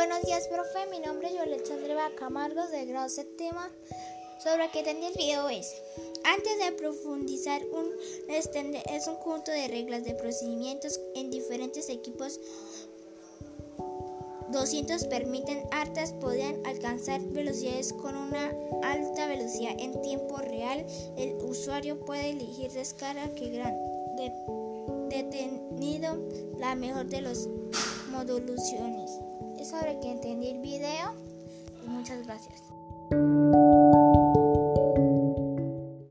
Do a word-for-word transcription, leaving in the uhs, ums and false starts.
Buenos días, profe. Mi nombre es Yolexandra Camargo, de grado séptimo. Sobre qué entendí el video es: antes de profundizar, un extender es un conjunto de reglas de procedimientos en diferentes equipos. doscientos permiten altas podían alcanzar velocidades con una alta velocidad en tiempo real. El usuario puede elegir descarga que gran de, detenido la mejor de las modulaciones. Es sobre que entendí el video y muchas gracias.